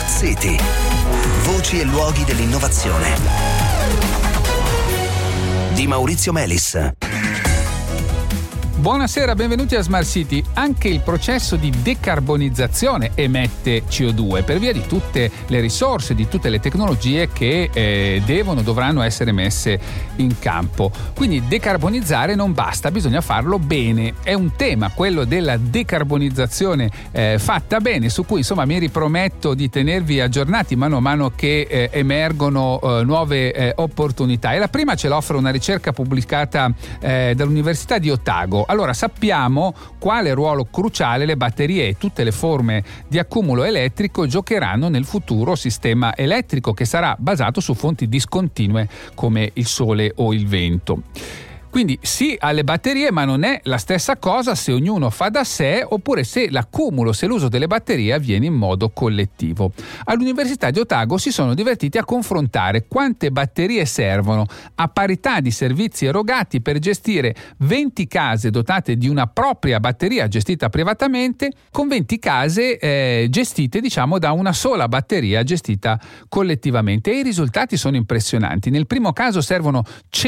Smart City. Voci e luoghi dell'innovazione. Di Maurizio Melis. Buonasera, benvenuti a Smart City. Anche il processo di decarbonizzazione emette CO2 per via di tutte le risorse, di tutte le tecnologie che dovranno essere messe in campo. Quindi decarbonizzare non basta, bisogna farlo bene. È un tema, quello della decarbonizzazione fatta bene, su cui insomma mi riprometto di tenervi aggiornati mano a mano che emergono nuove opportunità. E la prima ce l'offre una ricerca pubblicata dall'Università di Otago. Allora, sappiamo quale ruolo cruciale le batterie e tutte le forme di accumulo elettrico giocheranno nel futuro sistema elettrico, che sarà basato su fonti discontinue come il sole o il vento. Quindi sì alle batterie, ma non è la stessa cosa se ognuno fa da sé oppure se l'accumulo, se l'uso delle batterie avviene in modo collettivo. All'Università di Otago si sono divertiti a confrontare quante batterie servono a parità di servizi erogati per gestire 20 case dotate di una propria batteria gestita privatamente con 20 case gestite da una sola batteria gestita collettivamente. E i risultati sono impressionanti. Nel primo caso servono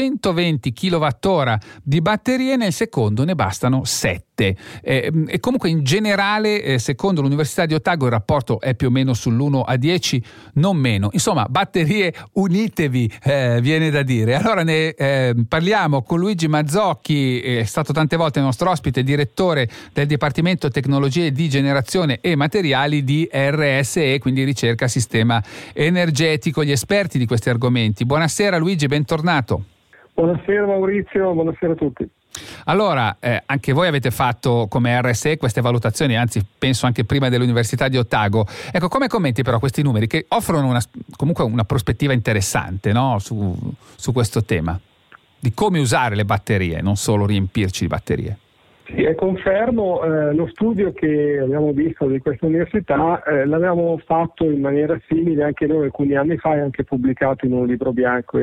120 kWh di batterie, nel secondo ne bastano 7. E comunque in generale, secondo l'Università di Otago, il rapporto è più o meno sull'1:10, non meno. Insomma, batterie, unitevi, viene da dire. Allora ne parliamo con Luigi Mazzocchi, è stato tante volte il nostro ospite, direttore del Dipartimento Tecnologie di Generazione e Materiali di RSE, quindi ricerca sistema energetico, gli esperti di questi argomenti. Buonasera Luigi, bentornato. Buonasera Maurizio, buonasera a tutti. Allora, anche voi avete fatto come RSE queste valutazioni, anzi penso anche prima dell'Università di Otago. Ecco, come commenti però questi numeri che offrono comunque una prospettiva interessante, no? su questo tema, di come usare le batterie, non solo riempirci di batterie. Sì, e confermo, lo studio che abbiamo visto di questa università l'avevamo fatto in maniera simile anche noi alcuni anni fa e anche pubblicato in un libro bianco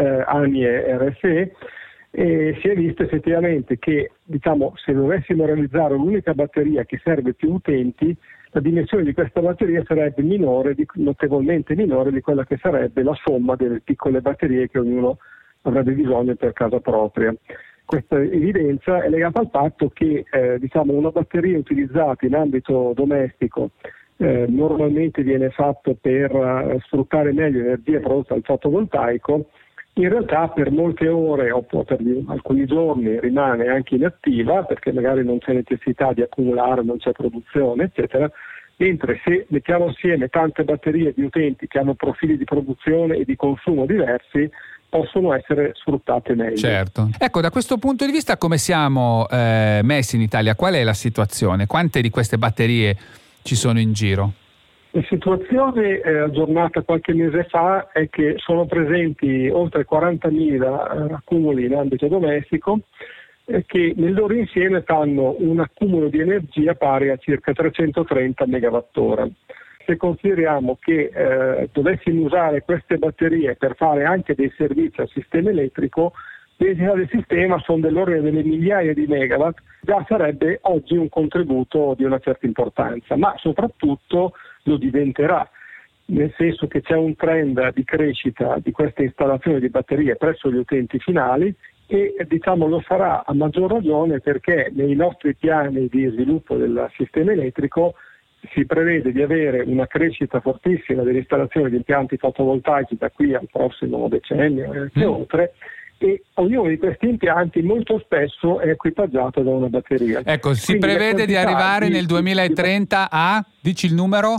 ANI e RSE, e si è visto effettivamente che se dovessimo realizzare l'unica batteria che serve più utenti, la dimensione di questa batteria sarebbe notevolmente minore di quella che sarebbe la somma delle piccole batterie che ognuno avrebbe bisogno per casa propria. Questa evidenza è legata al fatto che una batteria utilizzata in ambito domestico normalmente viene fatto per sfruttare meglio l'energia prodotta dal fotovoltaico. In realtà per molte ore o per alcuni giorni rimane anche inattiva perché magari non c'è necessità di accumulare, non c'è produzione, eccetera. Mentre se mettiamo assieme tante batterie di utenti che hanno profili di produzione e di consumo diversi, possono essere sfruttate meglio. Certo. Ecco, da questo punto di vista come siamo messi in Italia? Qual è la situazione? Quante di queste batterie ci sono in giro? La situazione aggiornata qualche mese fa è che sono presenti oltre 40.000 accumuli in ambito domestico che nel loro insieme fanno un accumulo di energia pari a circa 330 MWh. Se consideriamo che dovessimo usare queste batterie per fare anche dei servizi al sistema elettrico, le densità del sistema sono dell'ordine delle migliaia di megawatt, già sarebbe oggi un contributo di una certa importanza, ma soprattutto lo diventerà, nel senso che c'è un trend di crescita di queste installazioni di batterie presso gli utenti finali e lo farà a maggior ragione perché nei nostri piani di sviluppo del sistema elettrico si prevede di avere una crescita fortissima dell'installazione di impianti fotovoltaici da qui al prossimo decennio e oltre, e ognuno di questi impianti molto spesso è equipaggiato da una batteria. Ecco, si prevede di arrivare nel 2030 a, dici il numero?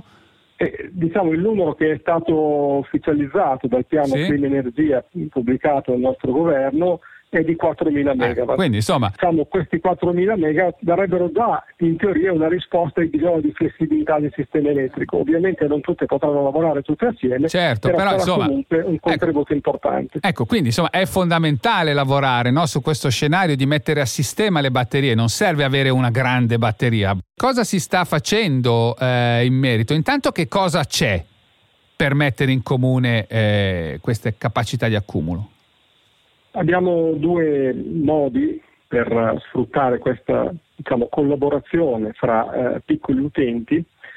Il numero che è stato ufficializzato dal piano Clima Energia pubblicato dal nostro governo è di 4.000 megawatt. Quindi insomma, questi 4.000 megawatt darebbero già in teoria una risposta ai bisogni di flessibilità del sistema elettrico. Ovviamente non tutte potranno lavorare tutte assieme, certo, però insomma, comunque un contributo importante. Ecco, quindi insomma è fondamentale lavorare, no, su questo scenario di mettere a sistema le batterie. Non serve avere una grande batteria. Cosa si sta facendo in merito? Intanto, che cosa c'è per mettere in comune queste capacità di accumulo? Abbiamo due modi per sfruttare questa collaborazione fra piccoli utenti.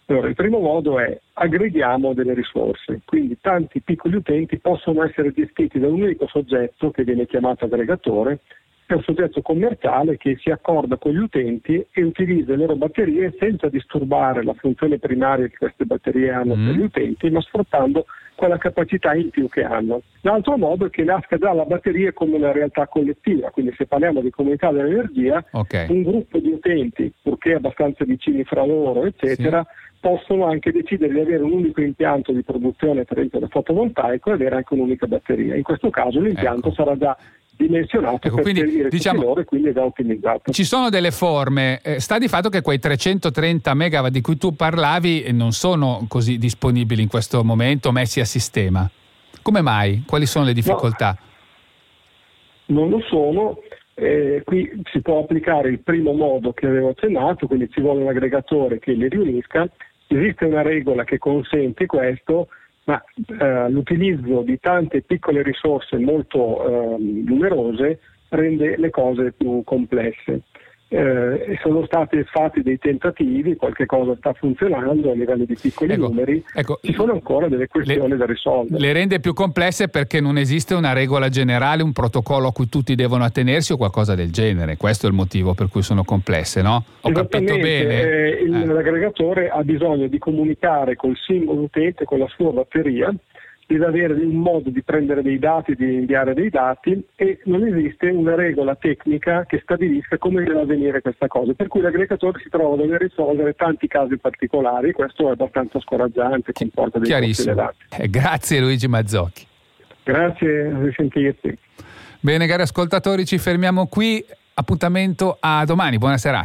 Allora, il primo modo è aggreghiamo delle risorse, quindi tanti piccoli utenti possono essere gestiti da un unico soggetto che viene chiamato aggregatore, è un soggetto commerciale che si accorda con gli utenti e utilizza le loro batterie senza disturbare la funzione primaria che queste batterie hanno per gli utenti, ma sfruttando quella capacità in più che hanno. L'altro modo è che nasca già la batteria come una realtà collettiva, quindi se parliamo di comunità dell'energia, un gruppo di utenti, purché abbastanza vicini fra loro, eccetera, possono anche decidere di avere un unico impianto di produzione, per esempio da fotovoltaico, e avere anche un'unica batteria. In questo caso l'impianto sarà già dimensionato per servire tutti loro e quindi è già ottimizzato. Ci sono delle forme, sta di fatto che quei 330 megawatt di cui tu parlavi non sono così disponibili in questo momento, messi a sistema. Come mai? Quali sono le difficoltà? No, non lo sono. Qui si può applicare il primo modo che avevo accennato, quindi ci vuole un aggregatore che li riunisca. Esiste una regola che consente questo, ma l'utilizzo di tante piccole risorse molto numerose rende le cose più complesse. Sono stati fatti dei tentativi, qualche cosa sta funzionando a livello di piccoli numeri, ci sono ancora delle questioni da risolvere. Le rende più complesse perché non esiste una regola generale, un protocollo a cui tutti devono attenersi o qualcosa del genere. Questo è il motivo per cui sono complesse, no? Ho capito bene? L'aggregatore ha bisogno di comunicare col singolo utente, con la sua batteria, deve avere un modo di prendere dei dati, di inviare dei dati, e non esiste una regola tecnica che stabilisca come deve avvenire questa cosa, per cui l'aggregatore si trova a dover risolvere tanti casi particolari. Questo è abbastanza scoraggiante, comporta dei costi elevati. Grazie Luigi Mazzocchi. Grazie, a risentirti. Bene cari ascoltatori, ci fermiamo qui, appuntamento a domani, buona serata.